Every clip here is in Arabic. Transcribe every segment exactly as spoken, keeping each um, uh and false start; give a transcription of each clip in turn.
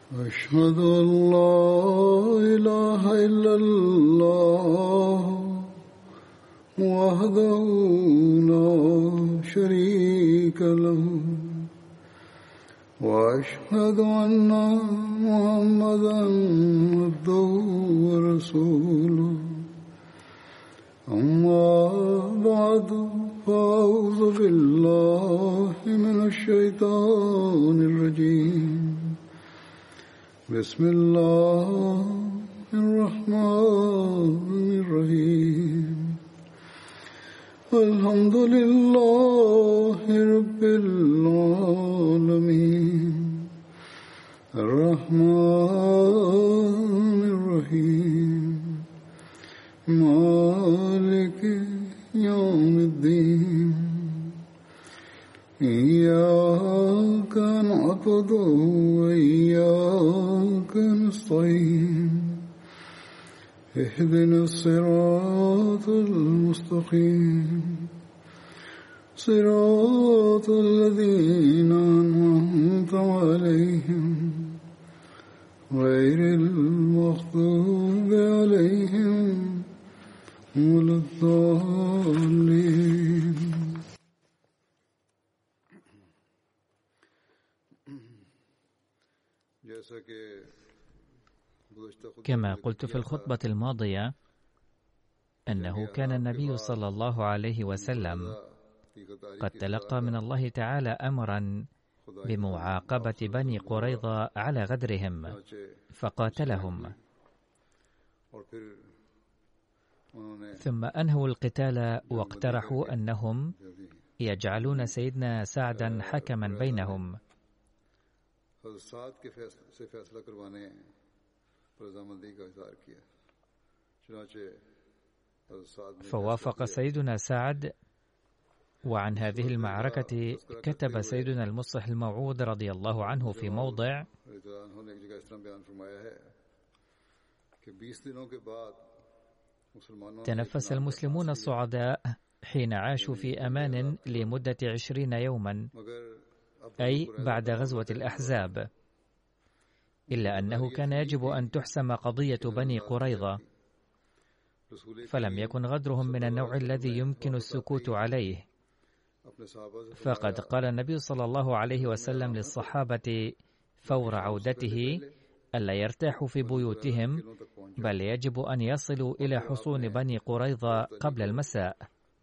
أشهد أن لا إله إلا الله وحده لا شريك له وأشهد أن محمدا عبده ورسوله أما بعد فأعوذ بالله من الشيطان الرجيم بسم الله الرحمن الرحيم الحمد لله رب العالمين الرحمن الرحيم مالك يوم الدين إياك نعبد وإياك نستعين اهدنا الصراط المستقيم صراط الذين أنعمت عليهم غير المغضوب عليهم ولا الضالين. كما قلت في الخطبة الماضية أنه كان النبي صلى الله عليه وسلم قد تلقى من الله تعالى أمرا بمعاقبة بني قريظة على غدرهم فقاتلهم، ثم أنهوا القتال واقترحوا أنهم يجعلون سيدنا سعدا حكما بينهم، فوافق سيدنا سعد. وعن هذه المعركة كتب سيدنا المصلح الموعود رضي الله عنه في موضع: تنفس المسلمون الصعداء حين عاشوا في أمان لمدة عشرين يوما، أي بعد غزوة الأحزاب، إلا أنه كان يجب أن تحسم قضية بني قريظة، فلم يكن غدرهم من النوع الذي يمكن السكوت عليه. فقد قال النبي صلى الله عليه وسلم للصحابة فور عودته ألا يرتاحوا في بيوتهم، بل يجب أن يصلوا إلى حصون بني قريظة قبل المساء.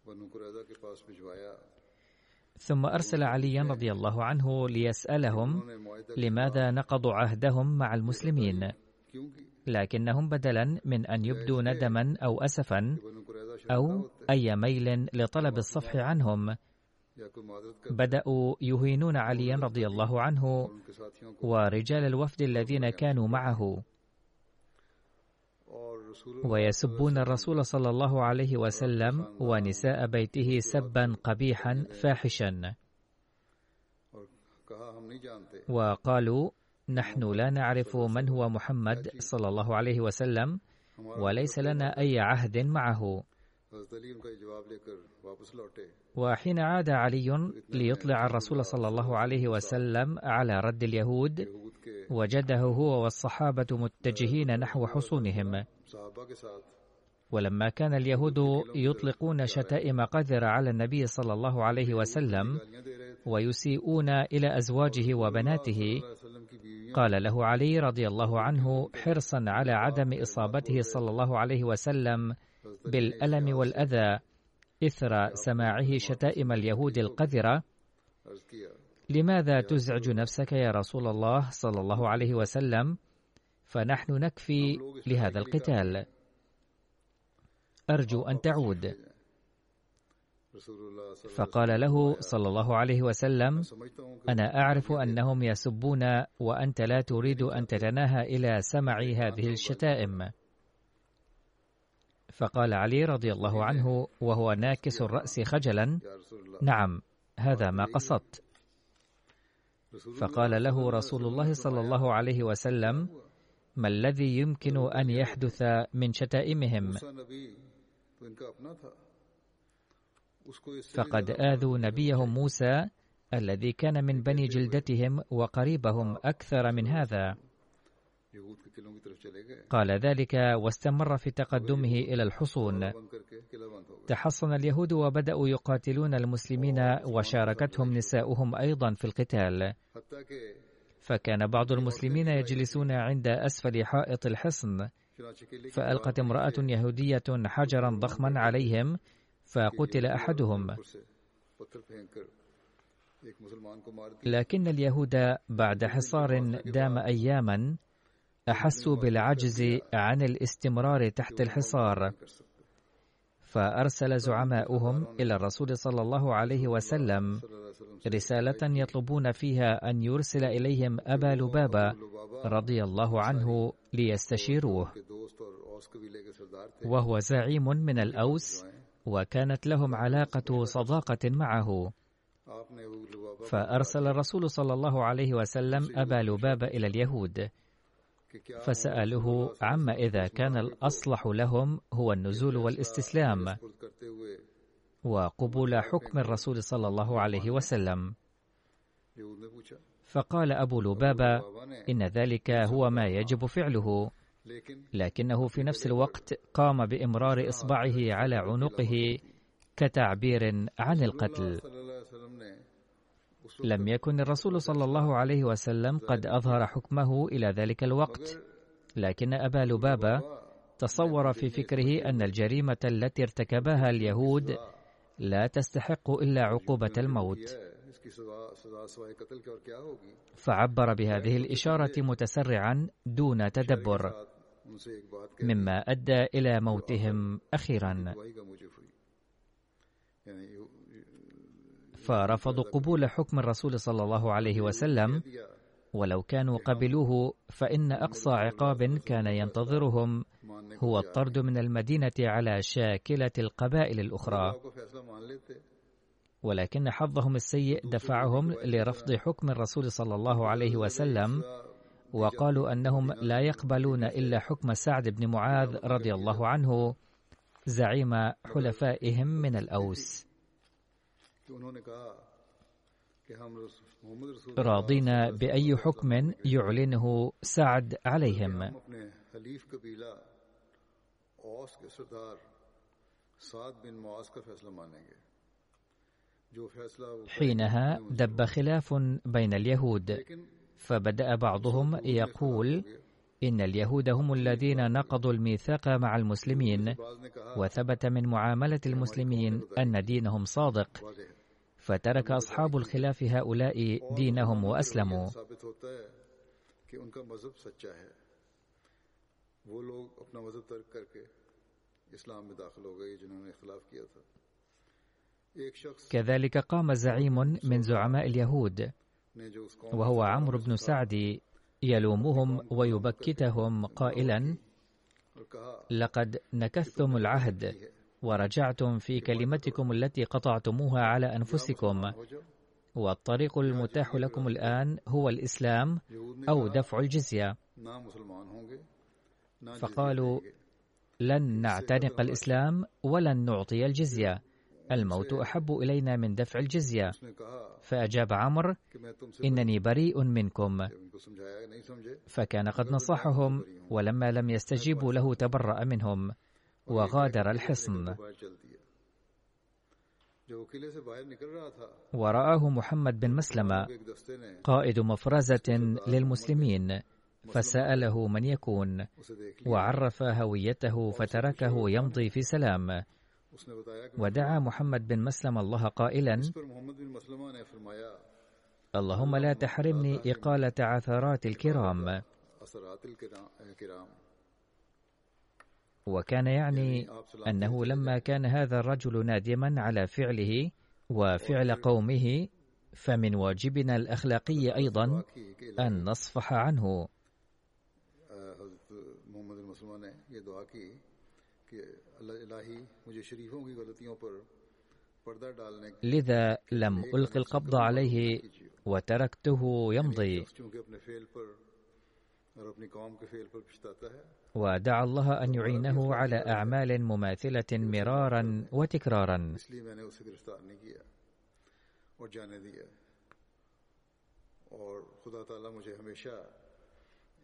ثم أرسل عليا رضي الله عنه ليسألهم لماذا نقضوا عهدهم مع المسلمين، لكنهم بدلا من أن يبدوا ندما أو أسفا أو أي ميل لطلب الصفح عنهم، بدأوا يهينون عليا رضي الله عنه ورجال الوفد الذين كانوا معه، ويسبون الرسول صلى الله عليه وسلم ونساء بيته سبا قبيحا فاحشا، وقالوا: نحن لا نعرف من هو محمد صلى الله عليه وسلم وليس لنا أي عهد معه. وحين عاد علي ليطلع الرسول صلى الله عليه وسلم على رد اليهود، وجده هو والصحابة متجهين نحو حصونهم، ولما كان اليهود يطلقون شتائم قذرة على النبي صلى الله عليه وسلم ويسيئون إلى أزواجه وبناته، قال له علي رضي الله عنه حرصا على عدم إصابته صلى الله عليه وسلم بالألم والأذى إثر سماعه شتائم اليهود القذرة: لماذا تزعج نفسك يا رسول الله صلى الله عليه وسلم؟ فنحن نكفي لهذا القتال، أرجو أن تعود. فقال له صلى الله عليه وسلم: أنا أعرف أنهم يسبون وأنت لا تريد أن تتناهى إلى سمع هذه الشتائم. فقال علي رضي الله عنه وهو ناكس الرأس خجلا: نعم، هذا ما قصدت. فقال له رسول الله صلى الله عليه وسلم: ما الذي يمكن أن يحدث من شتائمهم؟ فقد آذوا نبيهم موسى الذي كان من بني جلدتهم وقريبهم أكثر من هذا، قال ذلك واستمر في تقدمه إلى الحصون. تحصن اليهود وبدأوا يقاتلون المسلمين، وشاركتهم نساؤهم أيضا في القتال، فكان بعض المسلمين يجلسون عند أسفل حائط الحصن، فألقت امرأة يهودية حجرا ضخما عليهم فقتل أحدهم. لكن اليهود بعد حصار دام أياما أحسوا بالعجز عن الاستمرار تحت الحصار، فأرسل زعماؤهم إلى الرسول صلى الله عليه وسلم رسالة يطلبون فيها أن يرسل إليهم أبا لبابة رضي الله عنه ليستشيروه، وهو زعيم من الأوس، وكانت لهم علاقة صداقة معه. فأرسل الرسول صلى الله عليه وسلم أبا لبابة إلى اليهود، فسألوه عما إذا كان الأصلح لهم هو النزول والاستسلام وقبول حكم الرسول صلى الله عليه وسلم. فقال أبو لبابة إن ذلك هو ما يجب فعله، لكنه في نفس الوقت قام بإمرار إصبعه على عنقه كتعبير عن القتل. لم يكن الرسول صلى الله عليه وسلم قد أظهر حكمه إلى ذلك الوقت، لكن أبا لبابة تصور في فكره أن الجريمة التي ارتكبها اليهود لا تستحق إلا عقوبة الموت، فعبر بهذه الإشارة متسرعا دون تدبر، مما أدى إلى موتهم أخيرا. فرفضوا قبول حكم الرسول صلى الله عليه وسلم، ولو كانوا قبلوه فإن أقصى عقاب كان ينتظرهم هو الطرد من المدينة على شاكلة القبائل الأخرى. ولكن حظهم السيء دفعهم لرفض حكم الرسول صلى الله عليه وسلم، وقالوا أنهم لا يقبلون إلا حكم سعد بن معاذ رضي الله عنه زعيم حلفائهم من الأوس. راضين بأي حكم يعلنه سعد عليهم. حينها دب خلاف بين اليهود، فبدأ بعضهم يقول إن اليهود هم الذين نقضوا الميثاق مع المسلمين، وثبت من معاملة المسلمين أن دينهم صادق، فترك أصحاب الخلاف هؤلاء دينهم وأسلموا. كذلك قام زعيم من زعماء اليهود وهو عمرو بن سعد يلومهم ويبكتهم قائلا: لقد نكثتم العهد ورجعتم في كلمتكم التي قطعتموها على أنفسكم، والطريق المتاح لكم الآن هو الإسلام أو دفع الجزية. فقالوا: لن نعتنق الإسلام ولن نعطي الجزية، الموت أحب إلينا من دفع الجزية. فأجاب عمرو: إنني بريء منكم. فكان قد نصحهم، ولما لم يستجيبوا له تبرأ منهم وغادر الحصن. ورآه محمد بن مسلمة قائد مفرزة للمسلمين، فسأله من يكون، وعرف هويته فتركه يمضي في سلام. ودعا محمد بن مسلمة الله قائلا: اللهم لا تحرمني إقالة عثرات الكرام. وكان يعني أنه لما كان هذا الرجل نادما على فعله وفعل قومه، فمن واجبنا الأخلاقي أيضا أن نصفح عنه. لذا لم ألقي القبض عليه وتركته يمضي. ودعا الله أن يعينه على أعمال مماثلة مرارا وتكرارا.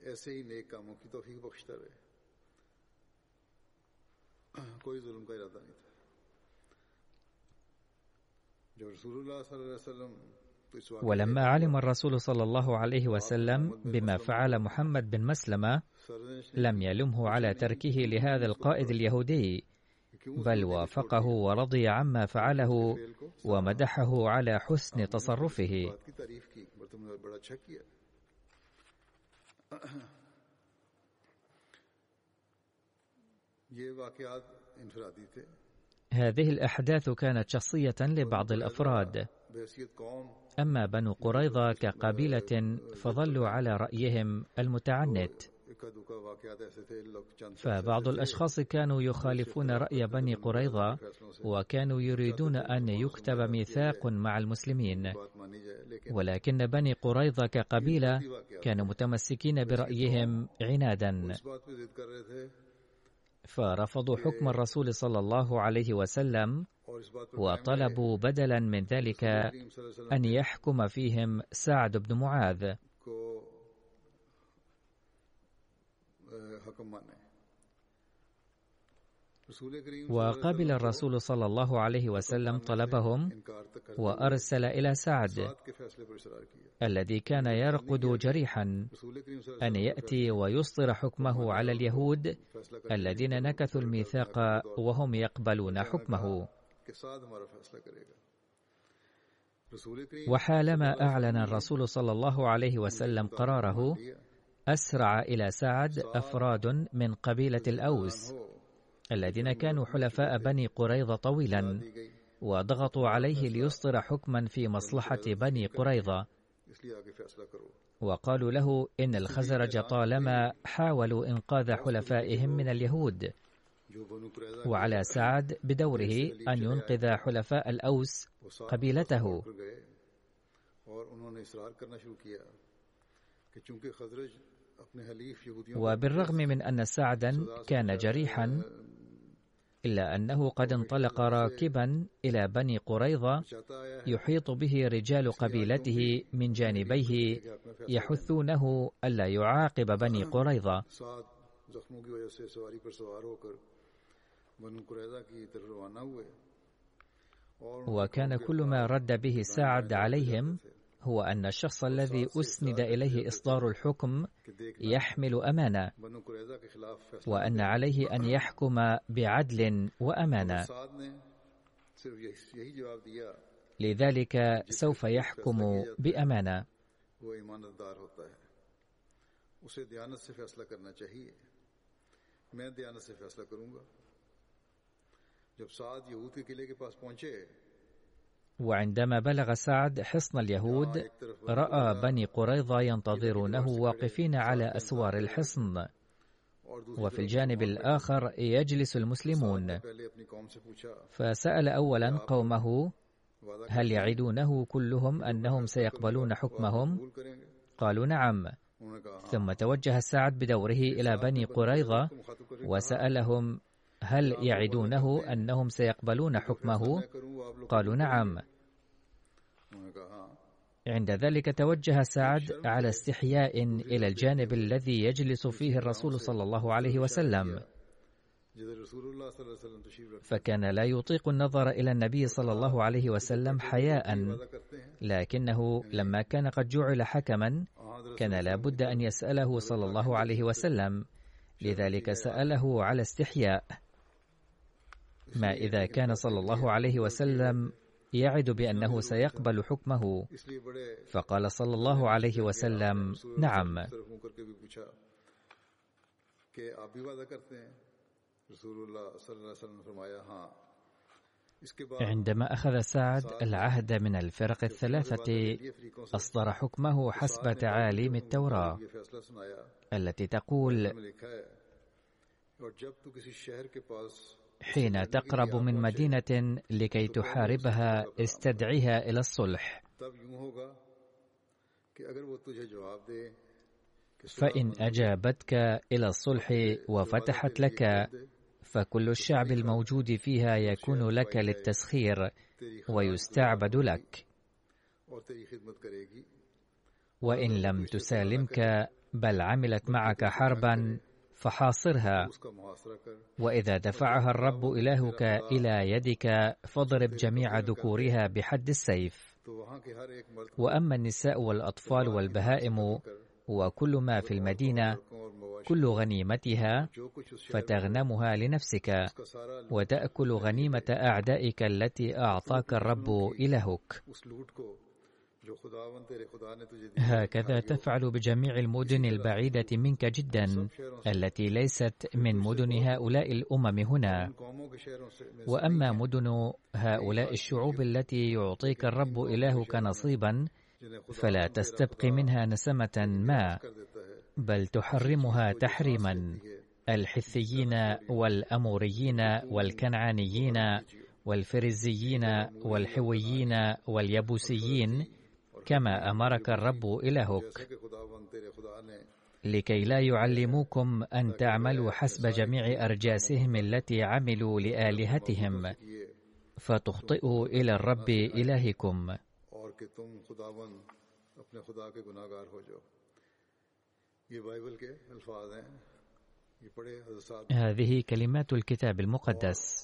ऐसे ही नेक कामों की तौफीक बख्शता रहे। कोई जुल्म का इरादा नहीं था। जब रसूलुल्लाह सल्लल्लाहु अलैहि वसल्लम ولما علم الرسول صلى الله عليه وسلم بما فعل محمد بن مسلمة لم يلمه على تركه لهذا القائد اليهودي، بل وافقه ورضي عما فعله ومدحه على حسن تصرفه. هذه الأحداث كانت شخصية لبعض الأفراد. أما بنو قريظة كقبيلة فظلوا على رأيهم المتعنت، فبعض الأشخاص كانوا يخالفون رأي بني قريظة وكانوا يريدون أن يكتب ميثاق مع المسلمين، ولكن بني قريظة كقبيلة كانوا متمسكين برأيهم عنادا، فرفضوا حكم الرسول صلى الله عليه وسلم وطلبوا بدلا من ذلك أن يحكم فيهم سعد بن معاذ. وقبل الرسول صلى الله عليه وسلم طلبهم وأرسل إلى سعد الذي كان يرقد جريحا أن يأتي ويصدر حكمه على اليهود الذين نكثوا الميثاق وهم يقبلون حكمه. وحالما أعلن الرسول صلى الله عليه وسلم قراره، أسرع إلى سعد أفراد من قبيلة الأوس الذين كانوا حلفاء بني قريظة طويلا، وضغطوا عليه ليصدر حكما في مصلحة بني قريظة، وقالوا له إن الخزرج طالما حاولوا إنقاذ حلفائهم من اليهود، وعلى سعد بدوره أن ينقذ حلفاء الأوس قبيلته. وبالرغم من أن سعدا كان جريحا إلا أنه قد انطلق راكبا إلى بني قريظة يحيط به رجال قبيلته من جانبيه يحثونه ألا يعاقب بني قريظة. وكان كل ما رد به سعد عليهم هو أن الشخص الذي أسند إليه إصدار الحكم يحمل أمانة، وأن عليه أن يحكم بعدل وأمانة، لذلك سوف يحكم بأمانة. وعندما بلغ سعد حصن اليهود رأى بني قريظة ينتظرونه واقفين على أسوار الحصن، وفي الجانب الآخر يجلس المسلمون، فسأل أولا قومه هل يعدونه كلهم أنهم سيقبلون حكمهم؟ قالوا نعم. ثم توجه سعد بدوره إلى بني قريظة وسألهم هل يعدونه أنهم سيقبلون حكمه؟ قالوا نعم. عند ذلك توجه سعد على استحياء إلى الجانب الذي يجلس فيه الرسول صلى الله عليه وسلم، فكان لا يطيق النظر إلى النبي صلى الله عليه وسلم حياء، لكنه لما كان قد جعل حكما كان لا بد أن يسأله صلى الله عليه وسلم، لذلك سأله على استحياء. ما إذا كان صلى الله عليه وسلم يعد بأنه سيقبل حكمه؟ فقال صلى الله عليه وسلم نعم. عندما أخذ سعد العهد من الفرق الثلاثة أصدر حكمه حسب تعاليم التوراة التي تقول حين تقرب من مدينة لكي تحاربها استدعها إلى الصلح، فإن أجابتك إلى الصلح وفتحت لك فكل الشعب الموجود فيها يكون لك للتسخير ويستعبد لك، وإن لم تسالمك بل عملت معك حربا فحاصرها، وإذا دفعها الرب إلهك إلى يدك فاضرب جميع ذكورها بحد السيف. وأما النساء والأطفال والبهائم وكل ما في المدينة كل غنيمتها فتغنمها لنفسك، وتأكل غنيمة أعدائك التي أعطاك الرب إلهك. هكذا تفعل بجميع المدن البعيدة منك جدا التي ليست من مدن هؤلاء الأمم هنا. وأما مدن هؤلاء الشعوب التي يعطيك الرب إلهك نصيبا فلا تستبقي منها نسمة ما، بل تحرمها تحريما. الحثيين والأموريين والكنعانيين والفريزيين والحويين واليبوسيين كما أمرك الرب إلهك، لكي لا يعلموكم أن تعملوا حسب جميع أرجاسهم التي عملوا لآلهتهم فتخطئوا إلى الرب إلهكم. هذه كلمات الكتاب المقدس.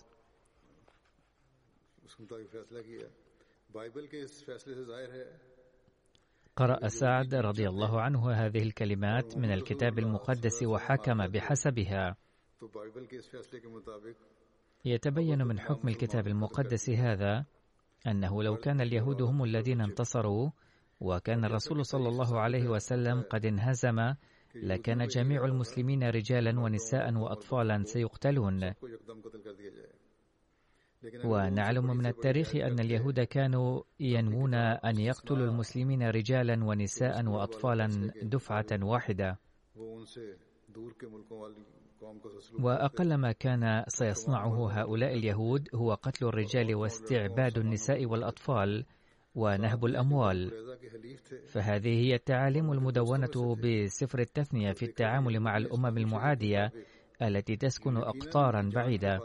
قرأ سعد رضي الله عنه هذه الكلمات من الكتاب المقدس وحكم بحسبها. يتبين من حكم الكتاب المقدس هذا أنه لو كان اليهود هم الذين انتصروا وكان الرسول صلى الله عليه وسلم قد انهزم، لكان جميع المسلمين رجالا ونساء وأطفالا سيقتلون. ونعلم من التاريخ أن اليهود كانوا ينوون أن يقتلوا المسلمين رجالا ونساء وأطفالا دفعة واحدة، وأقل ما كان سيصنعه هؤلاء اليهود هو قتل الرجال واستعباد النساء والأطفال ونهب الأموال. فهذه هي التعاليم المدونة بسفر التثنية في التعامل مع الأمم المعادية التي تسكن أقطارا بعيدة.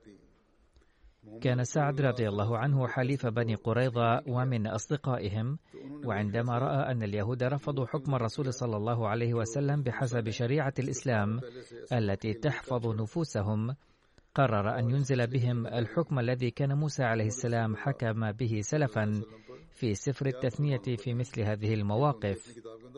كان سعد رضي الله عنه حليف بني قريظة ومن أصدقائهم، وعندما رأى أن اليهود رفضوا حكم الرسول صلى الله عليه وسلم بحسب شريعة الإسلام التي تحفظ نفوسهم، قرر أن ينزل بهم الحكم الذي كان موسى عليه السلام حكم به سلفا في سفر التثنية في مثل هذه المواقف.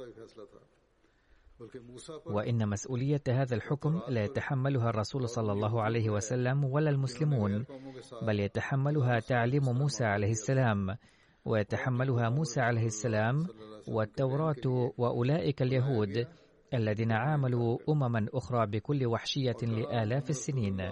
وإن مسؤولية هذا الحكم لا يتحملها الرسول صلى الله عليه وسلم ولا المسلمون، بل يتحملها تعليم موسى عليه السلام، ويتحملها موسى عليه السلام والتوراة وأولئك اليهود الذين عاملوا أمما أخرى بكل وحشية لآلاف السنين،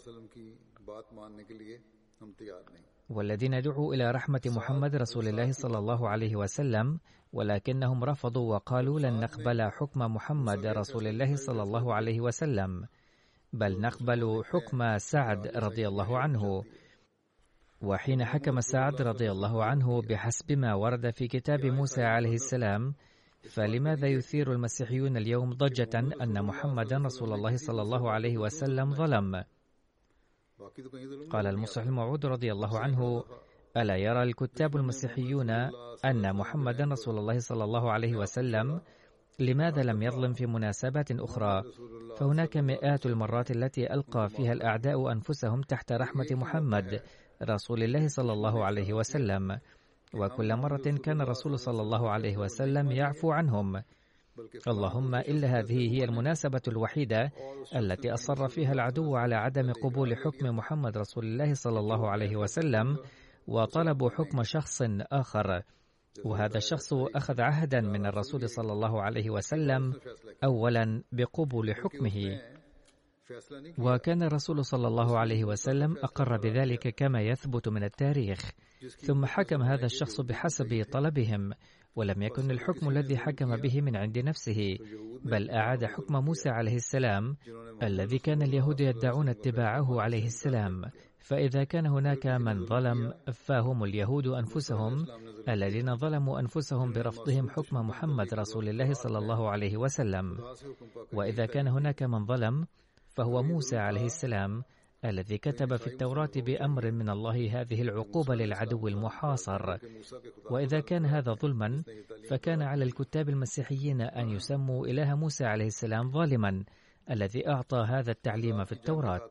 والذين دعوا إلى رحمة محمد رسول الله صلى الله عليه وسلم، ولكنهم رفضوا وقالوا لن نقبل حكم محمد رسول الله صلى الله عليه وسلم، بل نقبل حكم سعد رضي الله عنه. وحين حكم سعد رضي الله عنه بحسب ما ورد في كتاب موسى عليه السلام، فلماذا يثير المسيحيون اليوم ضجة أن محمدا رسول الله صلى الله عليه وسلم ظلم؟ قال المصلح الموعود رضي الله عنه: ألا يرى الكتاب المسيحيون أن محمدا رسول الله صلى الله عليه وسلم لماذا لم يظلم في مناسبات أخرى؟ فهناك مئات المرات التي ألقى فيها الأعداء أنفسهم تحت رحمة محمد رسول الله صلى الله عليه وسلم، وكل مرة كان الرسول صلى الله عليه وسلم يعفو عنهم. اللهم إلا هذه هي المناسبة الوحيدة التي أصر فيها العدو على عدم قبول حكم محمد رسول الله صلى الله عليه وسلم، وطلبوا حكم شخص آخر، وهذا الشخص أخذ عهدا من الرسول صلى الله عليه وسلم أولا بقبول حكمه، وكان الرسول صلى الله عليه وسلم أقر بذلك كما يثبت من التاريخ. ثم حكم هذا الشخص بحسب طلبهم، ولم يكن الحكم الذي حكم به من عند نفسه، بل أعاد حكم موسى عليه السلام الذي كان اليهود يدعون اتباعه عليه السلام. فإذا كان هناك من ظلم فهم اليهود أنفسهم الذين ظلموا أنفسهم برفضهم حكم محمد رسول الله صلى الله عليه وسلم، وإذا كان هناك من ظلم فهو موسى عليه السلام الذي كتب في التوراة بأمر من الله هذه العقوبة للعدو المحاصر. وإذا كان هذا ظلما، فكان على الكتاب المسيحيين أن يسموا إله موسى عليه السلام ظالما الذي أعطى هذا التعليم في التوراة.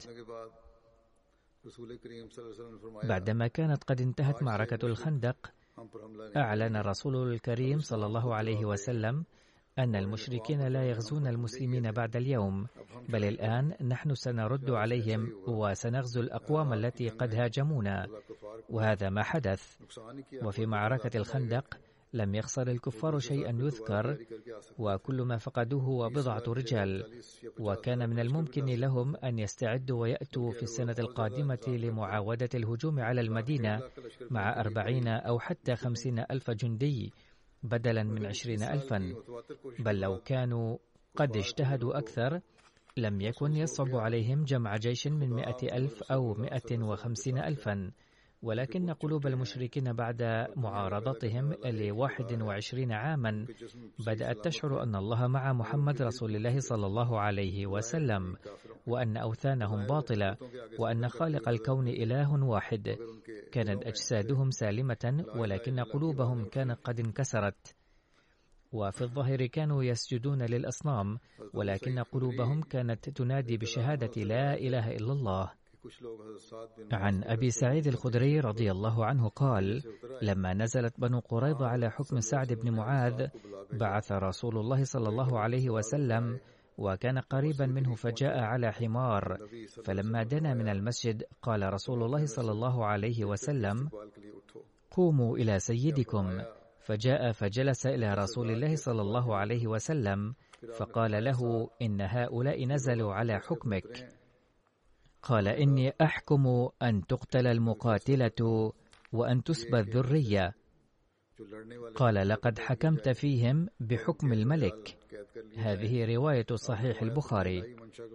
بعدما كانت قد انتهت معركة الخندق، أعلن الرسول الكريم صلى الله عليه وسلم أن المشركين لا يغزون المسلمين بعد اليوم، بل الآن نحن سنرد عليهم وسنغزو الأقوام التي قد هاجمونا. وهذا ما حدث. وفي معركة الخندق لم يخسر الكفار شيئا يذكر، وكل ما فقدوه هو بضعة رجال، وكان من الممكن لهم أن يستعدوا ويأتوا في السنة القادمة لمعاودة الهجوم على المدينة مع أربعين أو حتى خمسين ألف جندي بدلا من عشرين ألفا، بل لو كانوا قد اجتهدوا أكثر لم يكن يصعب عليهم جمع جيش من مئة ألف أو مئة وخمسين ألفا. ولكن قلوب المشركين بعد معارضتهم لواحد وعشرين عاما بدأت تشعر أن الله مع محمد رسول الله صلى الله عليه وسلم، وأن أوثانهم باطلة، وأن خالق الكون إله واحد. كانت أجسادهم سالمة، ولكن قلوبهم كانت قد انكسرت. وفي الظاهر كانوا يسجدون للأصنام، ولكن قلوبهم كانت تنادي بشهادة لا إله إلا الله. عن أبي سعيد الخدري رضي الله عنه قال: لما نزلت بنو قريظة على حكم سعد بن معاذ، بعث رسول الله صلى الله عليه وسلم، وكان قريبا منه، فجاء على حمار. فلما دنا من المسجد قال رسول الله صلى الله عليه وسلم: قوموا إلى سيدكم. فجاء فجلس إلى رسول الله صلى الله عليه وسلم، فقال له: إن هؤلاء نزلوا على حكمك. قال: إني أحكم أن تقتل المقاتلة وأن تسبى الذرية. قال: لقد حكمت فيهم بحكم الملك. هذه رواية صحيح البخاري.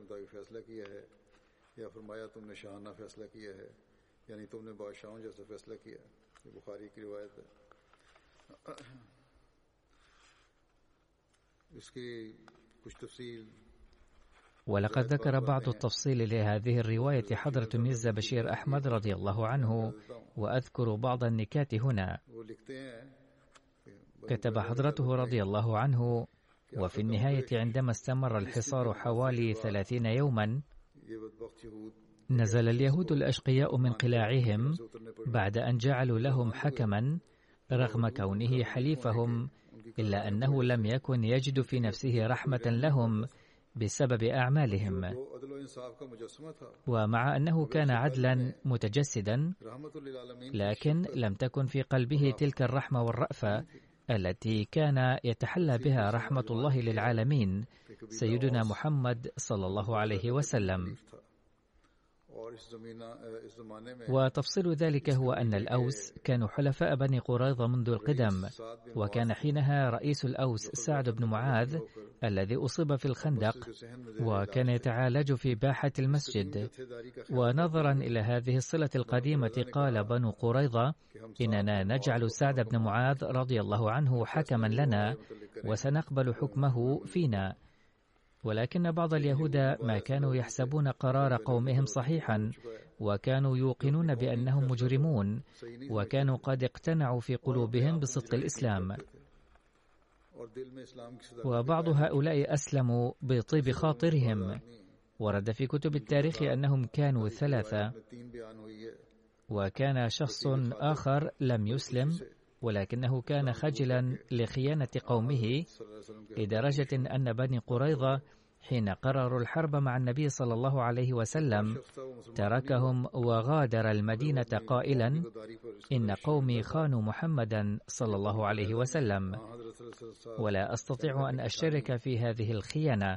ولقد ذكر بعض التفصيل لهذه الرواية حضرة ميرزا بشير أحمد رضي الله عنه، وأذكر بعض النكات هنا. كتب حضرته رضي الله عنه: وفي النهاية عندما استمر الحصار حوالي ثلاثين يوما، نزل اليهود الأشقياء من قلاعهم بعد أن جعلوا لهم حكما رغم كونه حليفهم، إلا أنه لم يكن يجد في نفسه رحمة لهم بسبب أعمالهم. ومع أنه كان عدلا متجسدا، لكن لم تكن في قلبه تلك الرحمة والرأفة التي كان يتحلى بها رحمة الله للعالمين سيدنا محمد صلى الله عليه وسلم. وتفصيل ذلك هو أن الأوس كانوا حلفاء بني قريظة منذ القدم، وكان حينها رئيس الأوس سعد بن معاذ الذي أصيب في الخندق، وكان يتعالج في باحة المسجد. ونظرا إلى هذه الصلة القديمة قال بنو قريظة: إننا نجعل سعد بن معاذ رضي الله عنه حكما لنا، وسنقبل حكمه فينا. ولكن بعض اليهود ما كانوا يحسبون قرار قومهم صحيحا، وكانوا يوقنون بأنهم مجرمون، وكانوا قد اقتنعوا في قلوبهم بصدق الإسلام. وبعض هؤلاء أسلموا بطيب خاطرهم. ورد في كتب التاريخ أنهم كانوا ثلاثة، وكان شخص آخر لم يسلم، ولكنه كان خجلا لخيانة قومه، لدرجة أن بني قريظة حين قرروا الحرب مع النبي صلى الله عليه وسلم تركهم وغادر المدينة قائلا: إن قومي خانوا محمدا صلى الله عليه وسلم، ولا أستطيع أن أشترك في هذه الخيانة.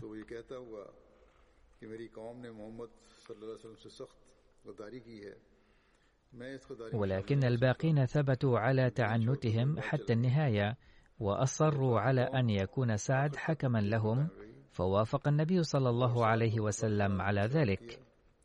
ولكن الباقين ثبتوا على تعنتهم حتى النهاية، وأصروا على أن يكون سعد حكما لهم، فوافق النبي صلى الله عليه وسلم على ذلك.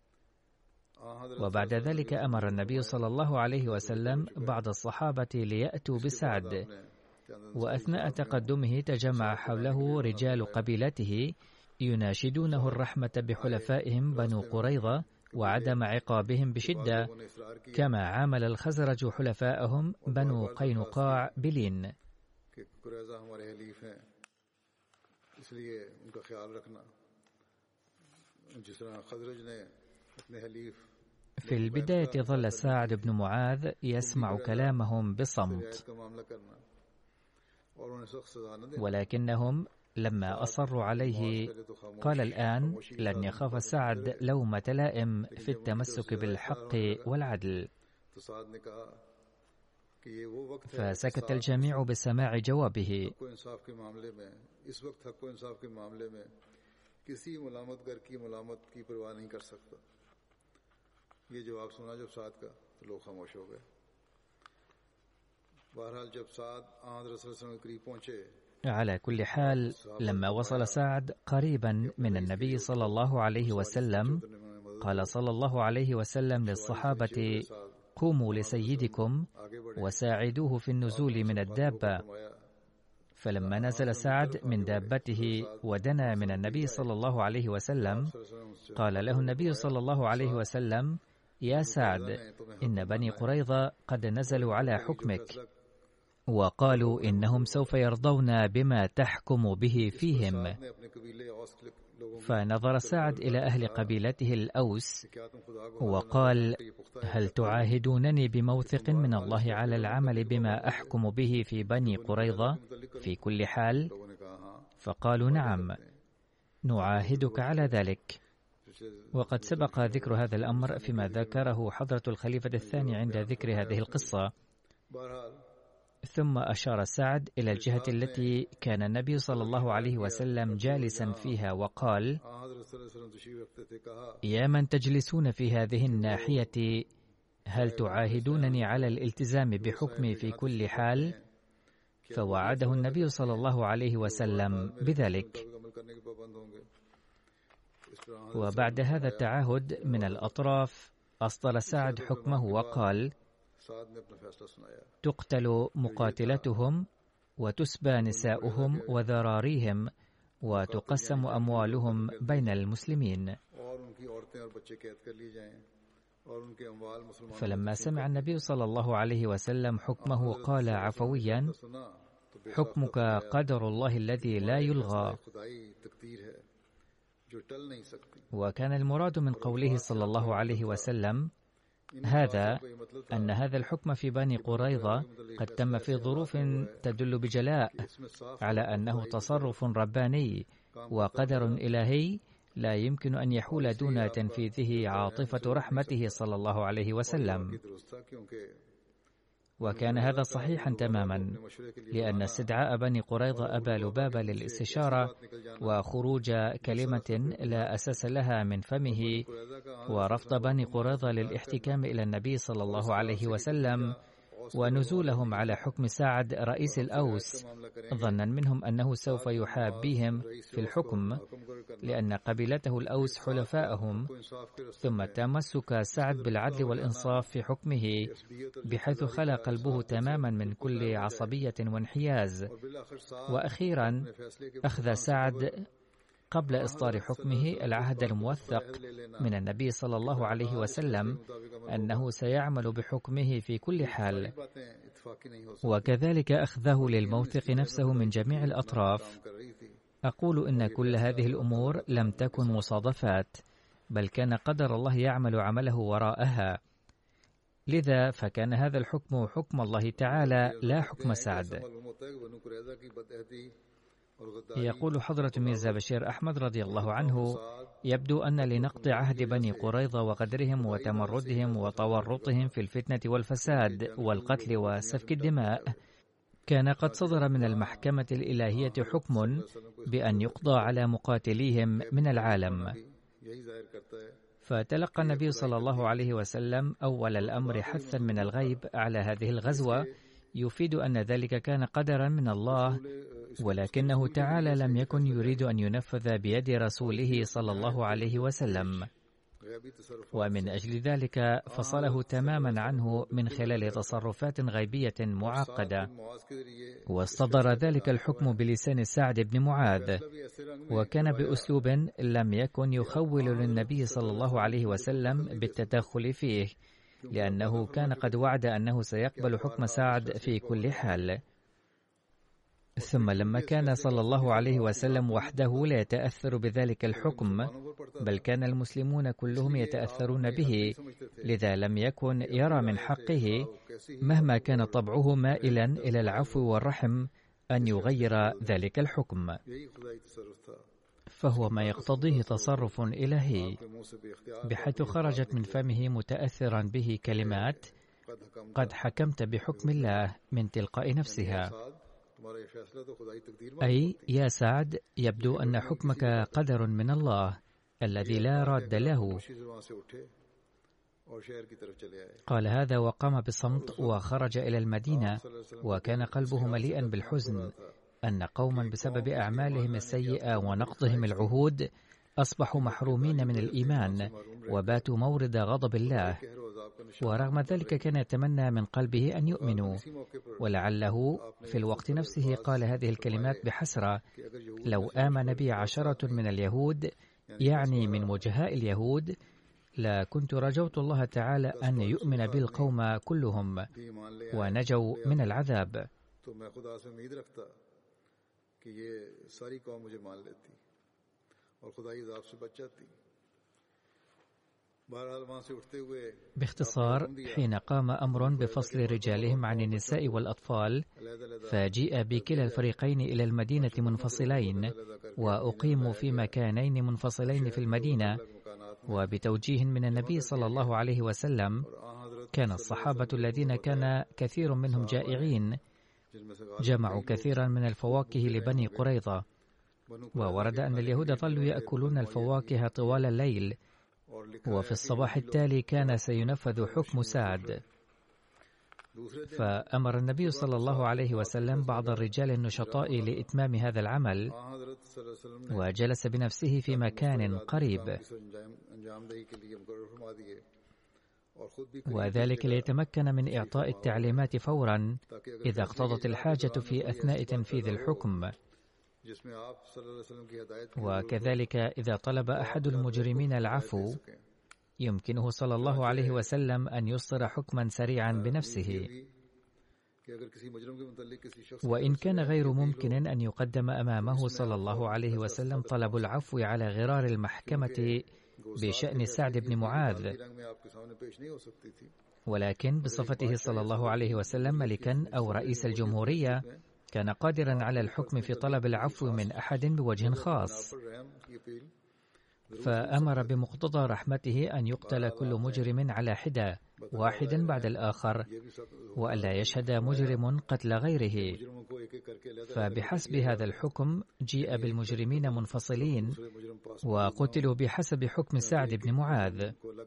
وبعد ذلك أمر النبي صلى الله عليه وسلم بعض الصحابة ليأتوا بسعد، وأثناء تقدمه تجمع حوله رجال قبيلته يناشدونه الرحمة بحلفائهم بنو قريظة، وعدم عقابهم بشدة، كما عامل الخزرج حلفاءهم بنو قينقاع بلين. في البداية ظل سعد بن معاذ يسمع كلامهم بصمت، ولكنهم لما أصروا عليه قال الآن لن يخاف سعد لومة لائم في التمسك بالحق والعدل. فسكت الجميع بسماع جوابه. على كل حال، لما وصل سعد قريبا من النبي صلى الله عليه وسلم، قال صلى الله عليه وسلم للصحابة: قوموا لسيدكم وساعدوه في النزول من الدابة. فلما نزل سعد من دابته ودنا من النبي صلى الله عليه وسلم، قال له النبي صلى الله عليه وسلم: يا سعد، إن بني قريظة قد نزلوا على حكمك، وقالوا إنهم سوف يرضون بما تحكم به فيهم. فنظر سعد إلى أهل قبيلته الأوس وقال: هل تعاهدونني بموثق من الله على العمل بما أحكم به في بني قريظة في كل حال؟ فقالوا: نعم، نعاهدك على ذلك. وقد سبق ذكر هذا الأمر فيما ذكره حضرة الخليفة الثاني عند ذكر هذه القصة. ثم أشار سعد إلى الجهة التي كان النبي صلى الله عليه وسلم جالسا فيها وقال: يا من تجلسون في هذه الناحية، هل تعاهدونني على الالتزام بحكمي في كل حال؟ فوعده النبي صلى الله عليه وسلم بذلك. وبعد هذا التعهد من الأطراف أصدر سعد حكمه وقال: تقتل مقاتلتهم وتسبى نساؤهم وذراريهم وتقسم أموالهم بين المسلمين. فلما سمع النبي صلى الله عليه وسلم حكمه قال عفويا: حكمك قدر الله الذي لا يلغى. وكان المراد من قوله صلى الله عليه وسلم هذا أن هذا الحكم في بني قريظة قد تم في ظروف تدل بجلاء على أنه تصرف رباني وقدر إلهي لا يمكن أن يحول دون تنفيذه عاطفة رحمته صلى الله عليه وسلم. وكان هذا صحيحا تماما، لأن استدعاء بني قريظة أبا لبابة للاستشارة وخروج كلمة لا أساس لها من فمه ورفض بني قريظة للاحتكام إلى النبي صلى الله عليه وسلم ونزولهم على حكم سعد رئيس الأوس ظنا منهم أنه سوف يحابيهم في الحكم لأن قبيلته الأوس حلفاءهم، ثم تمسك سعد بالعدل والإنصاف في حكمه بحيث خلى قلبه تماما من كل عصبية وانحياز. وأخيرا أخذ سعد قبل إصدار حكمه العهد الموثق من النبي صلى الله عليه وسلم أنه سيعمل بحكمه في كل حال، وكذلك أخذه للموثق نفسه من جميع الأطراف. أقول إن كل هذه الأمور لم تكن مصادفات، بل كان قدر الله يعمل عمله وراءها، لذا فكان هذا الحكم حكم الله تعالى لا حكم سعد. يقول حضرة ميرزا بشير أحمد رضي الله عنه: يبدو أن لنقض عهد بني قريظة وغدرهم وتمردهم وتورطهم في الفتنة والفساد والقتل وسفك الدماء كان قد صدر من المحكمة الإلهية حكم بأن يقضى على مقاتليهم من العالم. فتلقى النبي صلى الله عليه وسلم أول الأمر حثا من الغيب على هذه الغزوة، يفيد أن ذلك كان قدرا من الله، ولكنه تعالى لم يكن يريد أن ينفذ بيد رسوله صلى الله عليه وسلم. ومن أجل ذلك فصله تماما عنه من خلال تصرفات غيبية معقدة، واصطدر ذلك الحكم بلسان سعد بن معاذ، وكان بأسلوب لم يكن يخول للنبي صلى الله عليه وسلم بالتدخل فيه، لأنه كان قد وعد أنه سيقبل حكم سعد في كل حال. ثم لما كان صلى الله عليه وسلم وحده لا يتأثر بذلك الحكم، بل كان المسلمون كلهم يتأثرون به، لذا لم يكن يرى من حقه مهما كان طبعه مائلا إلى العفو والرحم أن يغير ذلك الحكم، فهو ما يقتضيه تصرف إلهي، بحيث خرجت من فمه متأثرا به كلمات: قد حكمت بحكم الله من تلقاء نفسها، أي يا سعد، يبدو أن حكمك قدر من الله الذي لا راد له. قال هذا وقام بصمت وخرج إلى المدينة، وكان قلبه مليئا بالحزن أن قوما بسبب أعمالهم السيئة ونقضهم العهود أصبحوا محرومين من الإيمان وباتوا مورد غضب الله، ورغم ذلك كان يتمنى من قلبه أن يؤمنوا، ولعله في الوقت نفسه قال هذه الكلمات بحسرة: لو آمن بي عشرة من اليهود، يعني من وجهاء اليهود، لكنت رجوت الله تعالى أن يؤمن بي القوم كلهم ونجوا من العذاب. باختصار، حين قام أمر بفصل رجالهم عن النساء والأطفال، فجيء بكلا الفريقين إلى المدينة منفصلين، وأقيموا في مكانين منفصلين في المدينة، وبتوجيه من النبي صلى الله عليه وسلم كان الصحابة الذين كان كثير منهم جائعين جمعوا كثيرا من الفواكه لبني قريظة، وورد أن اليهود ظلوا يأكلون الفواكه طوال الليل، وفي الصباح التالي كان سينفذ حكم سعد. فأمر النبي صلى الله عليه وسلم بعض الرجال النشطاء لإتمام هذا العمل، وجلس بنفسه في مكان قريب، وذلك ليتمكن من إعطاء التعليمات فورا إذا اقتضت الحاجة في أثناء تنفيذ الحكم. وكذلك إذا طلب أحد المجرمين العفو، يمكنه صلى الله عليه وسلم أن يصدر حكما سريعا بنفسه، وإن كان غير ممكن أن يقدم أمامه صلى الله عليه وسلم طلب العفو على غرار المحكمة بشأن سعد بن معاذ، ولكن بصفته صلى الله عليه وسلم ملكا أو رئيس الجمهورية كان قادرا على الحكم في طلب العفو من أحد بوجه خاص، فأمر بمقتضى رحمته أن يقتل كل مجرم على حدة واحدا بعد الآخر، وألا يشهد مجرم قتل غيره. فبحسب هذا الحكم جيء بالمجرمين منفصلين وقتلوا بحسب حكم سعد بن معاذ.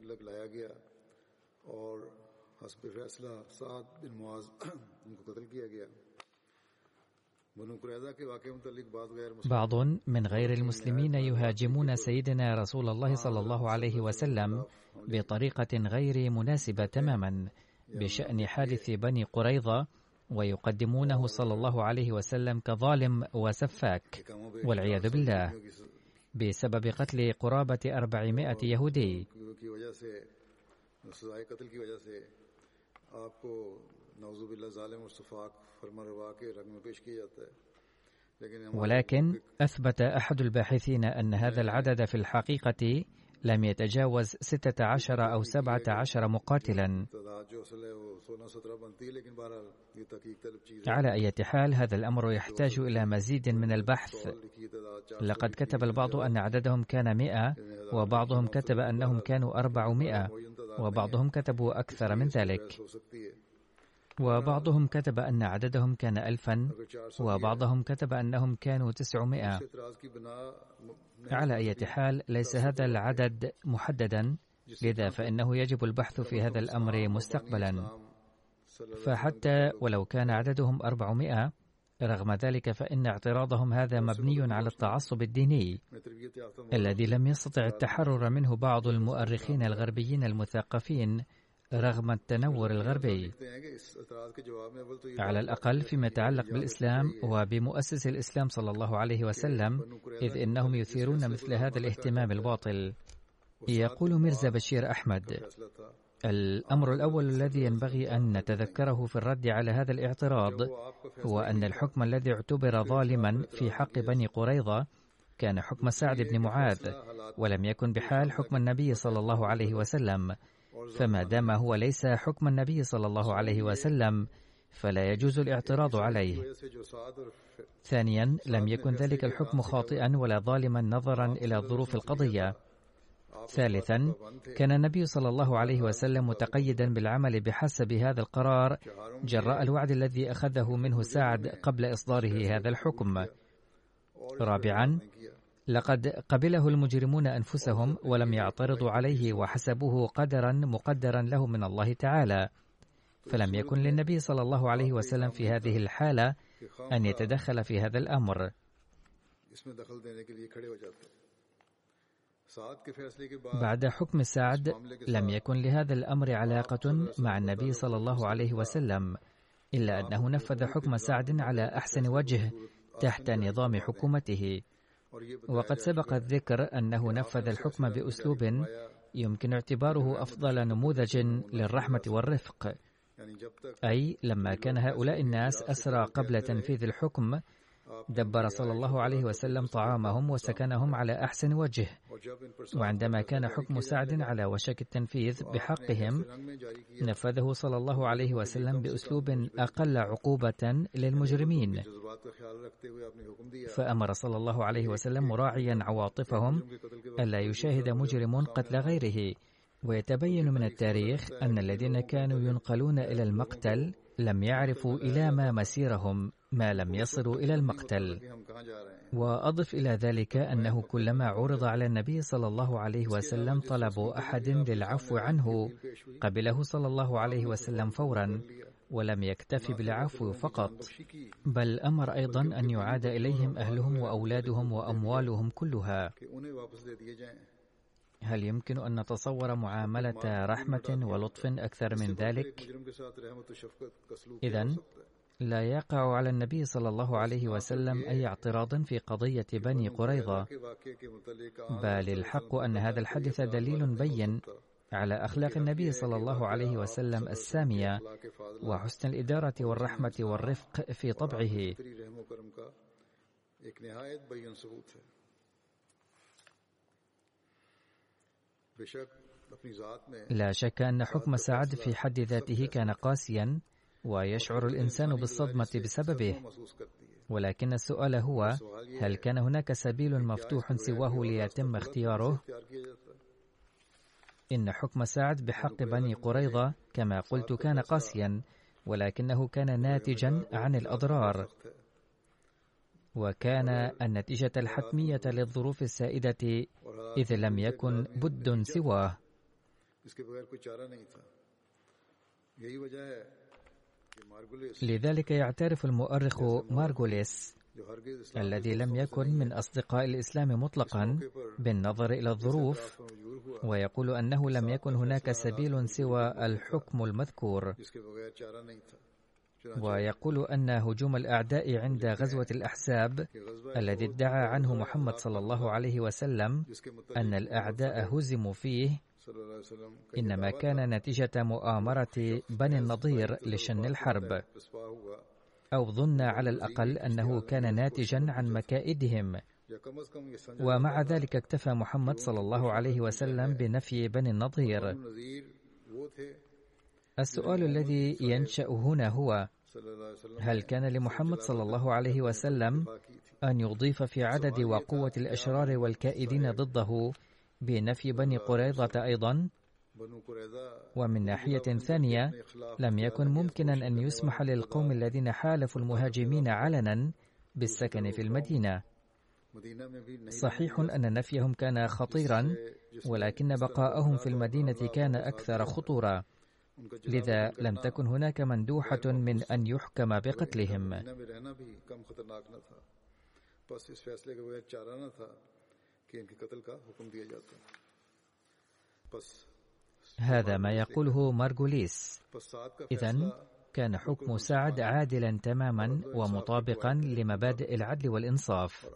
بعض من غير المسلمين يهاجمون سيدنا رسول الله صلى الله عليه وسلم بطريقة غير مناسبة تماما بشأن حادث بني قريظة، ويقدمونه صلى الله عليه وسلم كظالم وسفاك والعياذ بالله، بسبب قتل قرابة أربعمائة يهودي. ولكن أثبت أحد الباحثين أن هذا العدد في الحقيقة لم يتجاوز ستة عشر أو سبعة عشر مقاتلا. على أي حال هذا الأمر يحتاج إلى مزيد من البحث. لقد كتب البعض أن عددهم كان مئة، وبعضهم كتب أنهم كانوا أربعمائة، وبعضهم كتبوا أكثر من ذلك، وبعضهم كتب أن عددهم كان ألفا، وبعضهم كتب أنهم كانوا تسعمائة. على أي حال ليس هذا العدد محددا، لذا فإنه يجب البحث في هذا الأمر مستقبلا. فحتى ولو كان عددهم أربعمائة، رغم ذلك فإن اعتراضهم هذا مبني على التعصب الديني الذي لم يستطع التحرر منه بعض المؤرخين الغربيين المثقفين رغم التنور الغربي، على الأقل فيما يتعلق بالإسلام وبمؤسس الإسلام صلى الله عليه وسلم، إذ إنهم يثيرون مثل هذا الاهتمام الباطل. يقول ميرزا بشير أحمد: الأمر الأول الذي ينبغي أن نتذكره في الرد على هذا الاعتراض هو أن الحكم الذي اعتبر ظالما في حق بني قريظة كان حكم سعد بن معاذ، ولم يكن بحال حكم النبي صلى الله عليه وسلم، فما دام هو ليس حكم النبي صلى الله عليه وسلم فلا يجوز الاعتراض عليه. ثانيا، لم يكن ذلك الحكم خاطئا ولا ظالما نظرا إلى ظروف القضية. ثالثا، كان النبي صلى الله عليه وسلم متقيدا بالعمل بحسب هذا القرار جراء الوعد الذي أخذه منه سعد قبل إصداره هذا الحكم. رابعا، لقد قبله المجرمون أنفسهم ولم يعترضوا عليه وحسبوه قدرا مقدرا له من الله تعالى، فلم يكن للنبي صلى الله عليه وسلم في هذه الحالة أن يتدخل في هذا الأمر. بعد حكم سعد لم يكن لهذا الأمر علاقة مع النبي صلى الله عليه وسلم، إلا أنه نفذ حكم سعد على أحسن وجه تحت نظام حكومته. وقد سبق الذكر أنه نفذ الحكم بأسلوب يمكن اعتباره أفضل نموذج للرحمة والرفق، أي لما كان هؤلاء الناس أسرى قبل تنفيذ الحكم دبر صلى الله عليه وسلم طعامهم وسكنهم على أحسن وجه، وعندما كان حكم سعد على وشك التنفيذ بحقهم نفذه صلى الله عليه وسلم بأسلوب أقل عقوبة للمجرمين، فأمر صلى الله عليه وسلم مراعيا عواطفهم ألا يشاهد مجرم قتل غيره. ويتبين من التاريخ أن الذين كانوا ينقلون إلى المقتل لم يعرفوا إلى ما مسيرهم ما لم يصلوا إلى المقتل. وأضف إلى ذلك أنه كلما عرض على النبي صلى الله عليه وسلم طلب أحد للعفو عنه قبله صلى الله عليه وسلم فورا، ولم يكتف بالعفو فقط، بل أمر أيضا أن يعاد إليهم أهلهم وأولادهم وأموالهم كلها. هل يمكن أن نتصور معاملة رحمة ولطف أكثر من ذلك؟ إذن لا يقع على النبي صلى الله عليه وسلم أي اعتراض في قضية بني قريظة، بل الحق أن هذا الحدث دليل بين على أخلاق النبي صلى الله عليه وسلم السامية وحسن الإدارة والرحمة والرفق في طبعه. لا شك أن حكم سعد في حد ذاته كان قاسيا ويشعر الإنسان بالصدمة بسببه، ولكن السؤال هو: هل كان هناك سبيل مفتوح سواه ليتم اختياره؟ إن حكم سعد بحق بني قريظة كما قلت كان قاسيا، ولكنه كان ناتجا عن الأضرار، وكان النتيجة الحتمية للظروف السائدة إذ لم يكن بد سواه. لذلك يعترف المؤرخ مارغوليس الذي لم يكن من أصدقاء الإسلام مطلقا بالنظر إلى الظروف، ويقول أنه لم يكن هناك سبيل سوى الحكم المذكور، ويقول أن هجوم الأعداء عند غزوة الأحزاب الذي ادعى عنه محمد صلى الله عليه وسلم أن الأعداء هزموا فيه إنما كان نتيجة مؤامرة بني النضير لشن الحرب، أو ظن على الأقل أنه كان ناتجا عن مكائدهم، ومع ذلك اكتفى محمد صلى الله عليه وسلم بنفي بني النضير. السؤال الذي ينشأ هنا هو: هل كان لمحمد صلى الله عليه وسلم أن يضيف في عدد وقوة الأشرار والكائدين ضده بنفي بني قريظة أيضا؟ ومن ناحية ثانية لم يكن ممكنا أن يسمح للقوم الذين حالفوا المهاجمين علنا بالسكن في المدينة. صحيح أن نفيهم كان خطيرا، ولكن بقاءهم في المدينة كان أكثر خطورة، لذا لم تكن هناك مندوحة من أن يحكم بقتلهم. هذا ما يقوله مارغوليس. إذن كان حكم سعد عادلا تماما ومطابقا لمبادئ العدل والإنصاف،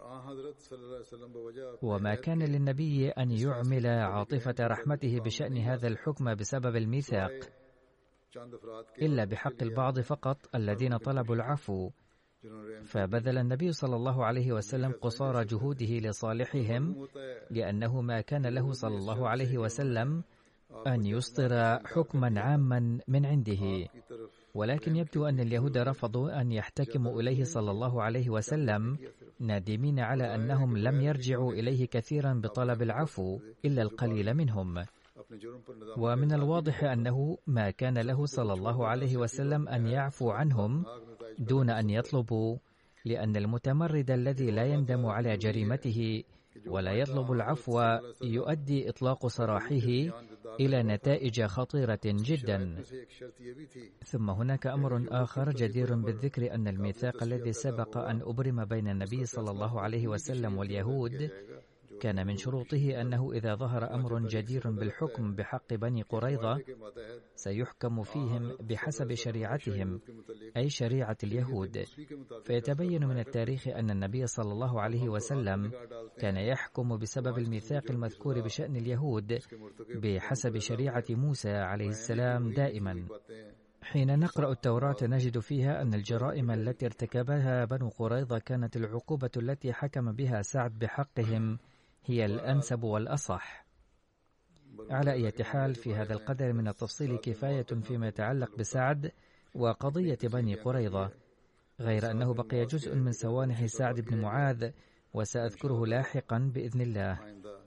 وما كان للنبي أن يعمل عاطفة رحمته بشأن هذا الحكم بسبب الميثاق إلا بحق البعض فقط الذين طلبوا العفو، فبذل النبي صلى الله عليه وسلم قصارى جهوده لصالحهم، لأنه ما كان له صلى الله عليه وسلم أن يصدر حكما عاما من عنده. ولكن يبدو أن اليهود رفضوا أن يحتكموا إليه صلى الله عليه وسلم، نادمين على أنهم لم يرجعوا إليه كثيرا بطلب العفو إلا القليل منهم. ومن الواضح أنه ما كان له صلى الله عليه وسلم أن يعفو عنهم دون أن يطلبوا، لأن المتمرد الذي لا يندم على جريمته ولا يطلب العفو يؤدي إطلاق سراحه إلى نتائج خطيرة جدا. ثم هناك أمر آخر جدير بالذكر، أن الميثاق الذي سبق أن أبرم بين النبي صلى الله عليه وسلم واليهود كان من شروطه أنه إذا ظهر أمر جدير بالحكم بحق بني قريظة سيحكم فيهم بحسب شريعتهم، أي شريعة اليهود. فيتبين من التاريخ أن النبي صلى الله عليه وسلم كان يحكم بسبب الميثاق المذكور بشأن اليهود بحسب شريعة موسى عليه السلام دائما. حين نقرأ التوراة نجد فيها أن الجرائم التي ارتكبها بنو قريظة كانت العقوبة التي حكم بها سعد بحقهم هي الأنسب والأصح. على أي حال، في هذا القدر من التفصيل كفاية فيما يتعلق بسعد وقضية بني قريظة، غير أنه بقي جزء من سوانح سعد بن معاذ وسأذكره لاحقا بإذن الله.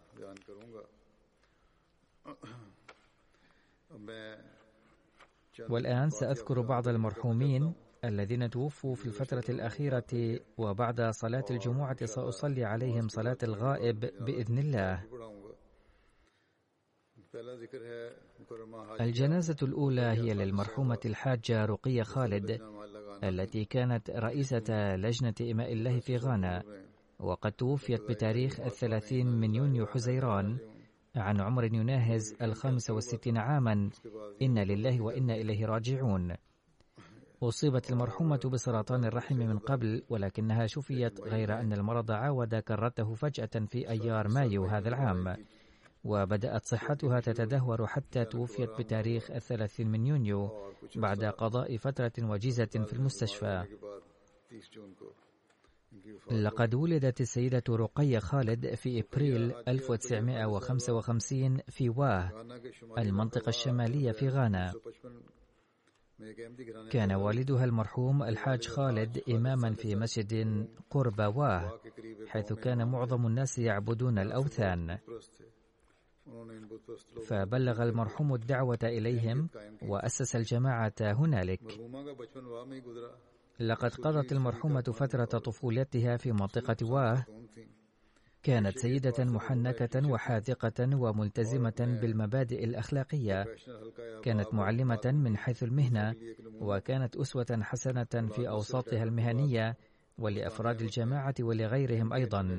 والآن سأذكر بعض المرحومين الذين توفوا في الفترة الأخيرة، وبعد صلاة الجمعة سأصلي عليهم صلاة الغائب بإذن الله. الجنازة الأولى هي للمرحومة الحاجة رقية خالد، التي كانت رئيسة لجنة إماء الله في غانا، وقد توفيت بتاريخ الثلاثين من يونيو حزيران عن عمر يناهز الخامس والستين عاما. إنا لله وإنا إليه راجعون. أصيبت المرحومة بسرطان الرحم من قبل، ولكنها شفيت، غير أن المرض عاود كرته فجأة في أيار مايو هذا العام، وبدأت صحتها تتدهور حتى توفيت بتاريخ الثلاثين من يونيو بعد قضاء فترة وجيزة في المستشفى. لقد ولدت السيدة رقية خالد في إبريل ألف وتسعمائة وخمسة وخمسين في واه، المنطقة الشمالية في غانا. كان والدها المرحوم الحاج خالد إماما في مسجد قرب واه، حيث كان معظم الناس يعبدون الأوثان، فبلغ المرحوم الدعوة إليهم وأسس الجماعة هنالك. لقد قضت المرحومة فترة طفولتها في منطقة واه. كانت سيدة محنكة وحاذقة وملتزمة بالمبادئ الأخلاقية. كانت معلمة من حيث المهنة، وكانت أسوة حسنة في أوساطها المهنية ولأفراد الجماعة ولغيرهم أيضا.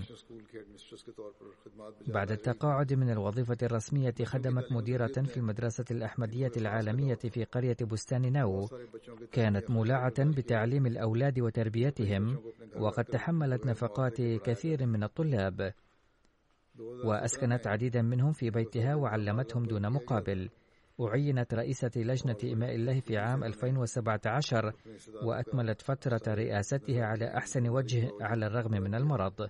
بعد التقاعد من الوظيفة الرسمية خدمت مديرة في المدرسة الأحمدية العالمية في قرية بستان نو. كانت مولعة بتعليم الأولاد وتربيتهم، وقد تحملت نفقات كثير من الطلاب، وأسكنت عديدا منهم في بيتها وعلمتهم دون مقابل. أعينت رئيسة لجنة إماء الله في عام ألفين وسبعة عشر، وأكملت فترة رئاستها على أحسن وجه على الرغم من المرض،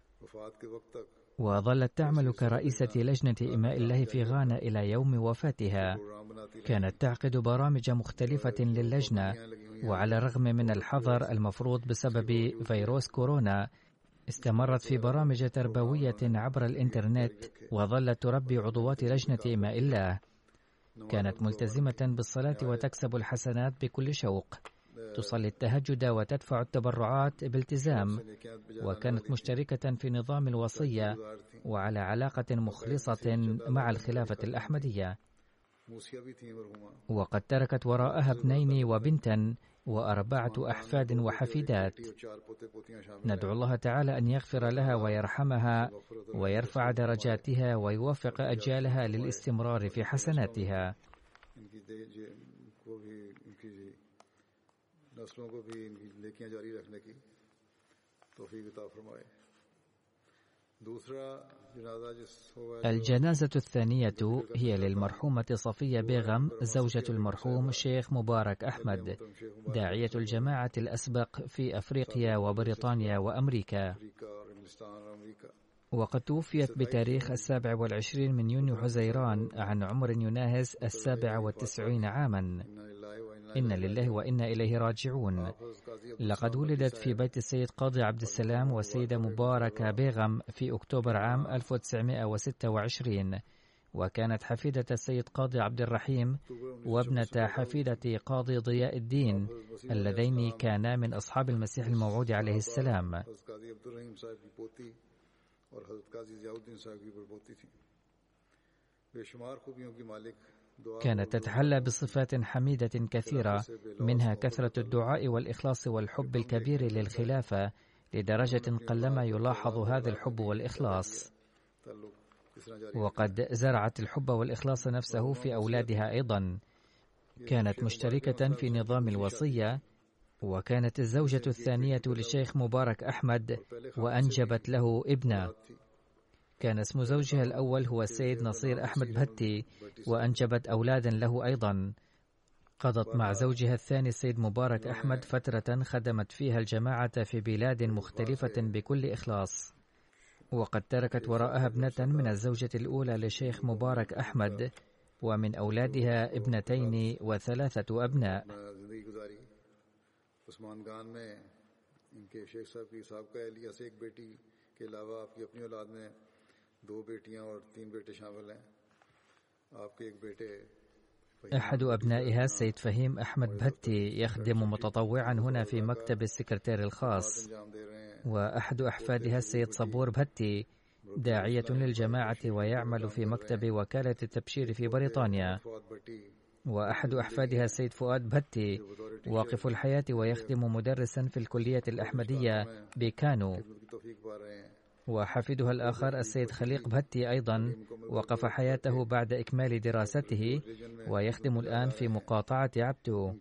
وظلت تعمل كرئيسة لجنة إماء الله في غانا إلى يوم وفاتها. كانت تعقد برامج مختلفة للجنة، وعلى الرغم من الحظر المفروض بسبب فيروس كورونا استمرت في برامج تربوية عبر الإنترنت، وظلت تربي عضوات لجنة إماء الله. كانت ملتزمة بالصلاة وتكسب الحسنات بكل شوق، تصلي التهجد وتدفع التبرعات بالتزام، وكانت مشتركة في نظام الوصية وعلى علاقة مخلصة مع الخلافة الأحمدية. وقد تركت وراءها ابنين وبنتا وأربعة أحفاد وحفيدات. ندعو الله تعالى أن يغفر لها ويرحمها ويرفع درجاتها ويوفق أجيالها للاستمرار في حسناتها. الجنازة الثانية هي للمرحومة صفية بيغم زوجة المرحوم شيخ مبارك أحمد داعية الجماعة الأسبق في أفريقيا وبريطانيا وأمريكا، وقد توفيت بتاريخ السابع والعشرين من يونيو حزيران عن عمر يناهز السابع والتسعين عاما. إن لله وإنا إليه راجعون. لقد ولدت في بيت السيد قاضي عبد السلام والسيدة مباركة بيغم في أكتوبر عام ألف وتسعمائة وستة وعشرين، وكانت حفيدة السيد قاضي عبد الرحيم وابنة حفيدة قاضي ضياء الدين اللذين كانا من أصحاب المسيح الموعود عليه السلام. كانت تتحلى بصفات حميدة كثيرة، منها كثرة الدعاء والإخلاص والحب الكبير للخلافة، لدرجة قلما يلاحظ هذا الحب والإخلاص. وقد زرعت الحب والإخلاص نفسه في أولادها أيضا. كانت مشتركة في نظام الوصية، وكانت الزوجة الثانية لشيخ مبارك أحمد وأنجبت له ابنا. كان اسم زوجها الأول هو السيد نصير أحمد بهتي، وأنجبت أولادا له أيضا. قضت مع زوجها الثاني السيد مبارك أحمد فترة خدمت فيها الجماعة في بلاد مختلفة بكل إخلاص. وقد تركت وراءها ابنة من الزوجة الأولى لشيخ مبارك أحمد، ومن أولادها ابنتين وثلاثة أبناء. أحد أبنائها السيد فهيم أحمد بهتي يخدم متطوعا هنا في مكتب السكرتير الخاص، وأحد أحفادها السيد صبور بهتي داعية للجماعة ويعمل في مكتب وكالة التبشير في بريطانيا، وأحد أحفادها السيد فؤاد بهتي واقف الحياة ويخدم مدرسا في الكلية الأحمدية بكانو، وحفيدها الآخر السيد خليق بهتي أيضا وقف حياته بعد إكمال دراسته ويخدم الآن في مقاطعة عبتو.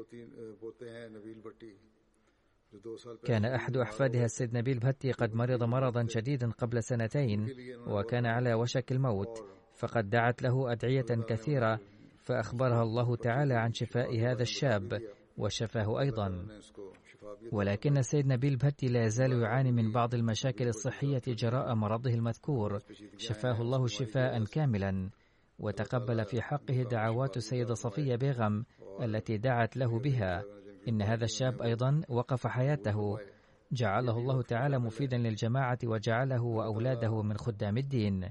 كان أحد أحفادها السيد نبيل بهتي قد مرض مرضا شديدا قبل سنتين وكان على وشك الموت، فقد دعت له أدعية كثيرة، فأخبرها الله تعالى عن شفاء هذا الشاب وشفاه أيضا. ولكن السيد نبيل بهتي لا يزال يعاني من بعض المشاكل الصحية جراء مرضه المذكور، شفاه الله شفاء كاملا، وتقبل في حقه دعوات السيدة صفية بيغم التي دعت له بها. إن هذا الشاب أيضا وقف حياته، جعله الله تعالى مفيدا للجماعة وجعله وأولاده من خدام الدين.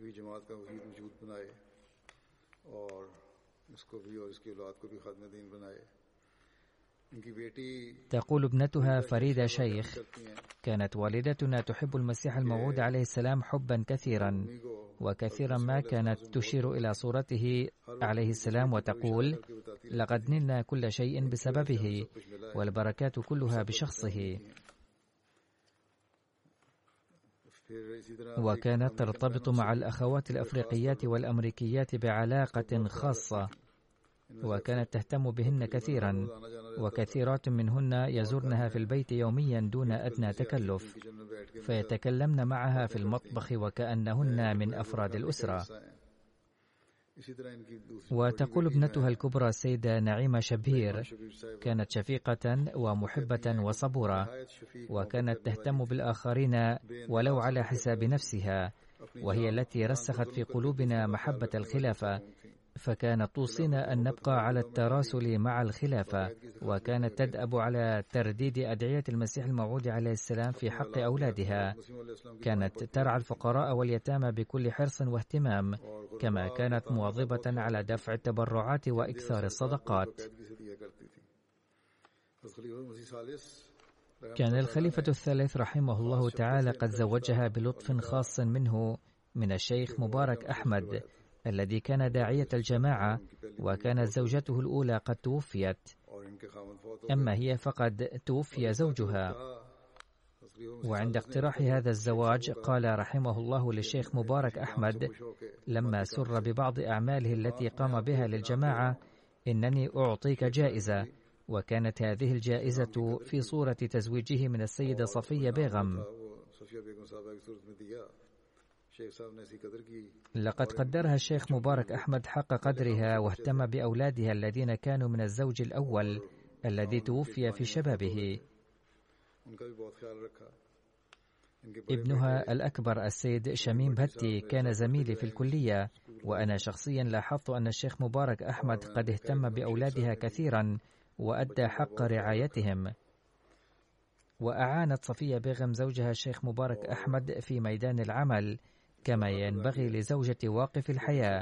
تقول ابنتها فريدة شيخ: كانت والدتنا تحب المسيح الموعود عليه السلام حبا كثيرا، وكثيرا ما كانت تشير إلى صورته عليه السلام وتقول: لقد نلنا كل شيء بسببه والبركات كلها بشخصه. وكانت ترتبط مع الأخوات الأفريقيات والأمريكيات بعلاقة خاصة، وكانت تهتم بهن كثيرا، وكثيرات منهن يزورنها في البيت يوميا دون أدنى تكلف، فيتكلمن معها في المطبخ وكأنهن من أفراد الأسرة. وتقول ابنتها الكبرى السيدة نعيمة شبير: كانت شفيقة ومحبة وصبورة، وكانت تهتم بالآخرين ولو على حساب نفسها، وهي التي رسخت في قلوبنا محبة الخلافة، فكانت توصينا أن نبقى على التراسل مع الخلافة، وكانت تدأب على ترديد أدعية المسيح الموعود عليه السلام في حق أولادها. كانت ترعى الفقراء واليتامى بكل حرص واهتمام، كما كانت مواظبة على دفع التبرعات وإكثار الصدقات. كان الخليفة الثالث رحمه الله تعالى قد زوجها بلطف خاص منه من الشيخ مبارك أحمد الذي كان داعية الجماعة، وكانت زوجته الأولى قد توفيت، أما هي فقد توفي زوجها. وعند اقتراح هذا الزواج قال رحمه الله للشيخ مبارك أحمد لما سر ببعض أعماله التي قام بها للجماعة: إنني أعطيك جائزة. وكانت هذه الجائزة في صورة تزويجه من السيدة صفية بيغم. لقد قدرها الشيخ مبارك أحمد حق قدرها، واهتم بأولادها الذين كانوا من الزوج الأول الذي توفي في شبابه. ابنها الأكبر السيد شميم بهتي كان زميلي في الكلية، وأنا شخصيا لاحظت أن الشيخ مبارك أحمد قد اهتم بأولادها كثيرا وأدى حق رعايتهم. وأعانت صفية بيغم زوجها الشيخ مبارك أحمد في ميدان العمل كما ينبغي لزوجة واقف الحياة.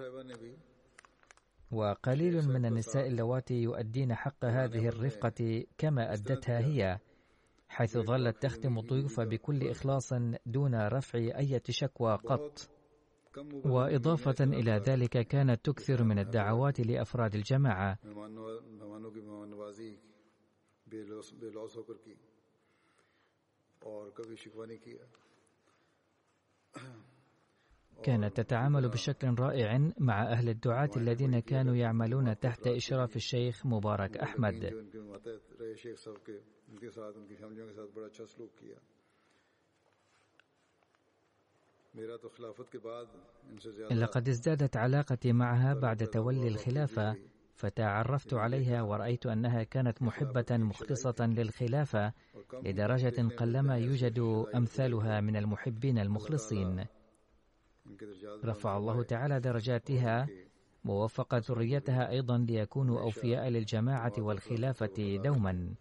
وقليل من النساء اللواتي يؤدين حق هذه الرفقة كما أدتها هي، حيث ظلت تخدم الضيوف بكل إخلاص دون رفع أي شكوى قط. وإضافة إلى ذلك كانت تكثر من الدعوات لأفراد الجماعة. كانت تتعامل بشكل رائع مع أهل الدعاة الذين كانوا يعملون تحت إشراف الشيخ مبارك أحمد. لقد ازدادت علاقتي معها بعد تولي الخلافة، فتعرفت عليها ورأيت أنها كانت محبة مخلصة للخلافة لدرجة قلما يوجد أمثالها من المحبين المخلصين. رفع الله تعالى درجاتها ووفق ذريتها أيضا ليكونوا أوفياء للجماعة والخلافة دوما.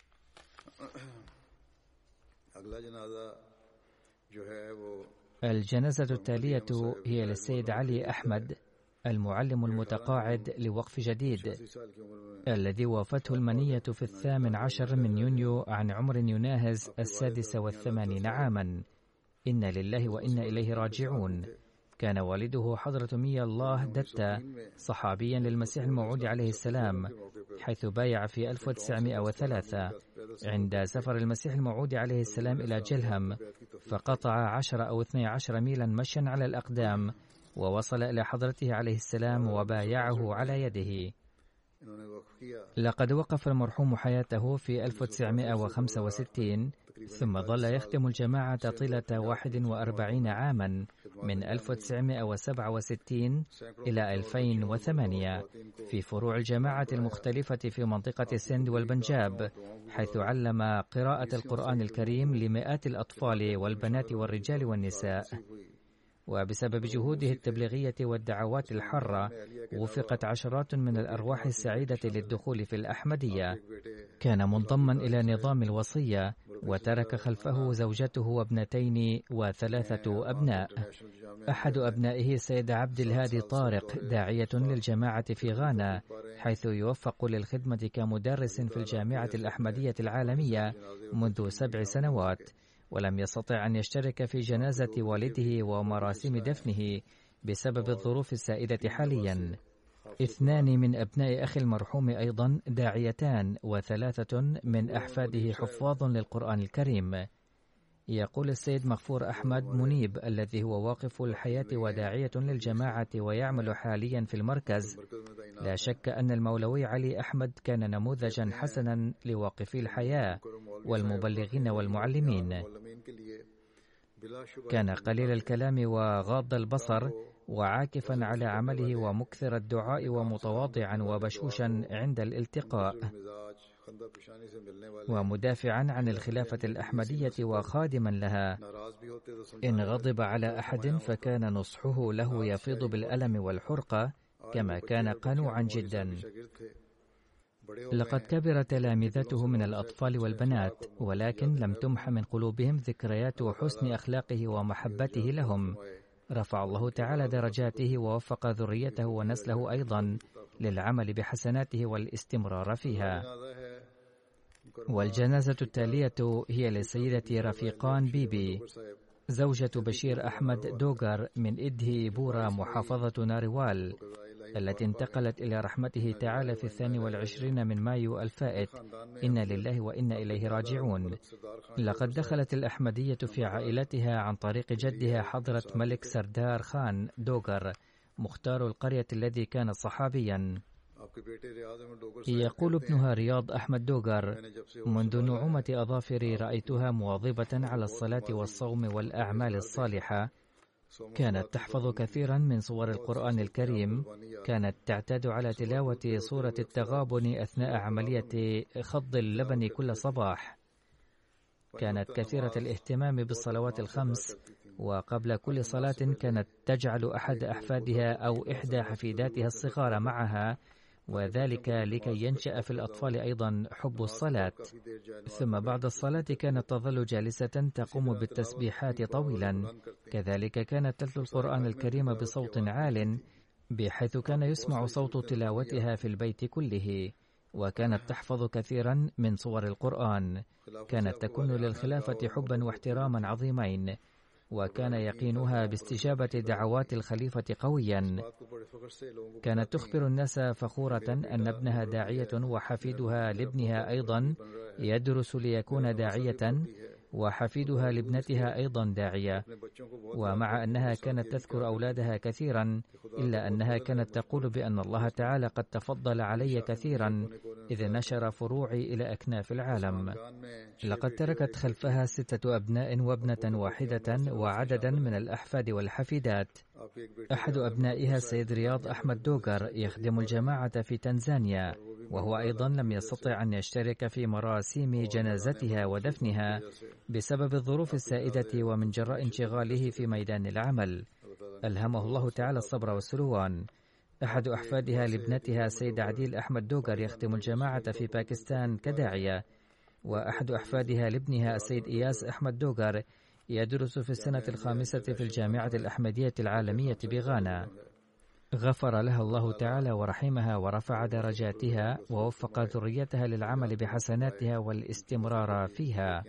الجنازة التالية هي للسيد علي أحمد، المعلم المتقاعد لوقف جديد، الذي وافته المنية في الثامن عشر من يونيو عن عمر يناهز السادس والثمانين عاما. إنا لله وإنا إليه راجعون. كان والده حضرة ميا الله دتا صحابيا للمسيح الموعود عليه السلام، حيث بايع في ألف وتسعمائة وثلاثة عند سفر المسيح الموعود عليه السلام إلى جلهم، فقطع عشر أو اثني عشر ميلا مشيا على الأقدام ووصل إلى حضرته عليه السلام وبايعه على يده. لقد وقف المرحوم حياته في ألف وتسعمائة وخمسة وستين، ثم ظل يخدم الجماعة طيلة واحد وأربعين عاما من ألف وتسعمائة وسبعة وستين إلى ألفين وثمانية في فروع الجماعة المختلفة في منطقة السند والبنجاب، حيث علم قراءة القرآن الكريم لمئات الأطفال والبنات والرجال والنساء. وبسبب جهوده التبليغية والدعوات الحارة وفقت عشرات من الأرواح السعيدة للدخول في الأحمدية. كان منضما إلى نظام الوصية، وترك خلفه زوجته وابنتين وثلاثة أبناء. أحد أبنائه سيد عبد الهادي طارق داعية للجماعة في غانا، حيث يوفق للخدمة كمدرس في الجامعة الأحمدية العالمية منذ سبع سنوات، ولم يستطع أن يشترك في جنازة والده ومراسم دفنه بسبب الظروف السائدة حاليا. اثنان من أبناء أخي المرحوم أيضا داعيتان، وثلاثة من أحفاده حفاظ للقرآن الكريم. يقول السيد مغفور أحمد منيب الذي هو واقف الحياة وداعية للجماعة ويعمل حاليا في المركز: لا شك أن المولوي علي أحمد كان نموذجا حسنا لواقفي الحياة والمبلغين والمعلمين. كان قليل الكلام وغاض البصر وعاكفا على عمله ومكثر الدعاء ومتواضعا وبشوشا عند الالتقاء، ومدافعا عن الخلافة الأحمدية وخادما لها. إن غضب على أحد فكان نصحه له يفيض بالألم والحرقة، كما كان قنوعا جدا. لقد كبر تلامذته من الأطفال والبنات، ولكن لم تمح من قلوبهم ذكريات حسن أخلاقه ومحبته لهم. رفع الله تعالى درجاته ووفق ذريته ونسله أيضا للعمل بحسناته والاستمرار فيها. والجنازة التالية هي لسيدة رفيقان بيبي، زوجة بشير أحمد دوغر من إدهي بورا محافظة ناروال، التي انتقلت إلى رحمته تعالى في الثاني والعشرين من مايو الفائت. إنا لله وإنا إليه راجعون. لقد دخلت الأحمدية في عائلتها عن طريق جدها حضرة ملك سردار خان دوغر مختار القرية الذي كان صحابيا. يقول ابنها رياض أحمد دوغر: منذ نعومة أظافري رأيتها مواظبة على الصلاة والصوم والأعمال الصالحة. كانت تحفظ كثيرا من صور القرآن الكريم. كانت تعتاد على تلاوة سورة التغابن أثناء عملية خض اللبن كل صباح. كانت كثيرة الاهتمام بالصلوات الخمس، وقبل كل صلاة كانت تجعل أحد أحفادها أو إحدى حفيداتها الصغار معها، وذلك لكي ينشأ في الأطفال أيضا حب الصلاة. ثم بعد الصلاة كانت تظل جالسة تقوم بالتسبيحات طويلا. كذلك كانت تتلو القرآن الكريم بصوت عال، بحيث كان يسمع صوت تلاوتها في البيت كله. وكانت تحفظ كثيرا من صور القرآن. كانت تكون للخلافة حبا واحتراما عظيمين، وكان يقينها باستجابة دعوات الخليفة قويا. كانت تخبر الناس فخورة أن ابنها داعية، وحفيدها لابنها أيضا يدرس ليكون داعية، وحفيدها لابنتها أيضا داعية. ومع أنها كانت تذكر أولادها كثيرا، إلا أنها كانت تقول بأن الله تعالى قد تفضل علي كثيرا إذ نشر فروعي إلى أكناف العالم. لقد تركت خلفها ستة أبناء وابنة واحدة وعددا من الأحفاد والحفيدات. أحد أبنائها السيد رياض أحمد دوغر يخدم الجماعة في تنزانيا، وهو أيضا لم يستطع أن يشترك في مراسيم جنازتها ودفنها بسبب الظروف السائدة ومن جراء انشغاله في ميدان العمل. ألهمه الله تعالى الصبر والسلوان. أحد أحفادها لابنتها السيد عديل أحمد دوغر يخدم الجماعة في باكستان كداعية، وأحد أحفادها لابنها السيد إياس أحمد دوغر يدرس في السنة الخامسة في الجامعة الأحمدية العالمية بغانا. غفر لها الله تعالى ورحمها ورفع درجاتها ووفق ذريتها للعمل بحسناتها والاستمرار فيها.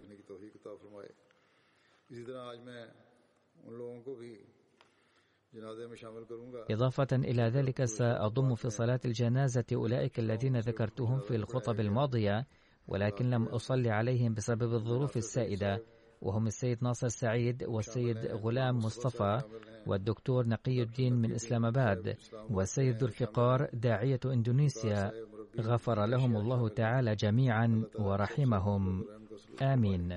إضافة إلى ذلك سأضم في صلاة الجنازة أولئك الذين ذكرتهم في الخطب الماضية، ولكن لم أصلي عليهم بسبب الظروف السائدة، وهم السيد ناصر سعيد والسيد غلام مصطفى والدكتور نقي الدين من إسلام آباد والسيد ذو الفقار داعية إندونيسيا. غفر لهم الله تعالى جميعا ورحمهم، آمين.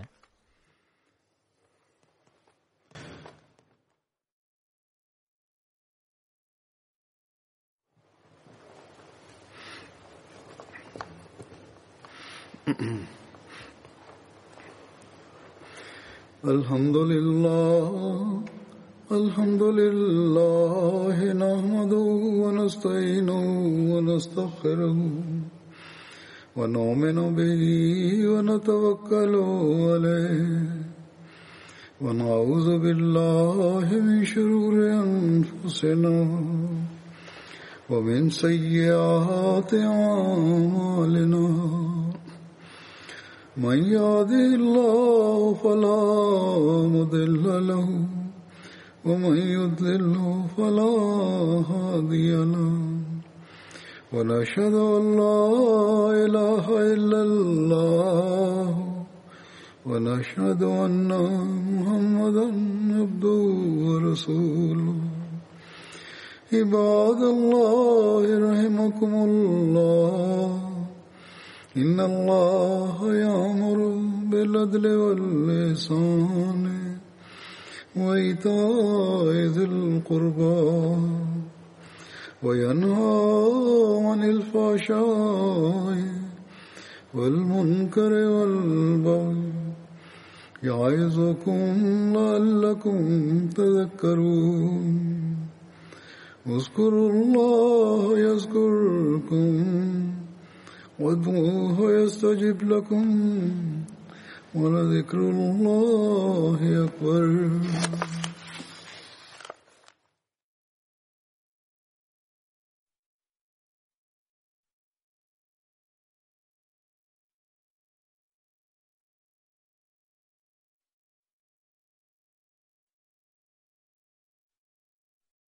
الحمد لله الحمد لله نحمده ونستعينه ونستغفره ونؤمن به ونتوكل عليه ونعوذ بالله من شرور أنفسنا ومن سيئات أعمالنا. من يهده الله فلا مضل له ومن يضلل فلا هادي له ونشهد أن لا إله إلا الله ونشهد أن محمدا عبده ورسوله. عباد الله رحمكم الله، إن الله يأمر بالعدل والإحسان وإيتاء ذي القربى وينهى عن الفحشاء والمنكر والبغي يعظكم لعلكم تذكرون. اذكروا الله يذكركم وادعوه يستجب لكم ولذكر الله أكبر.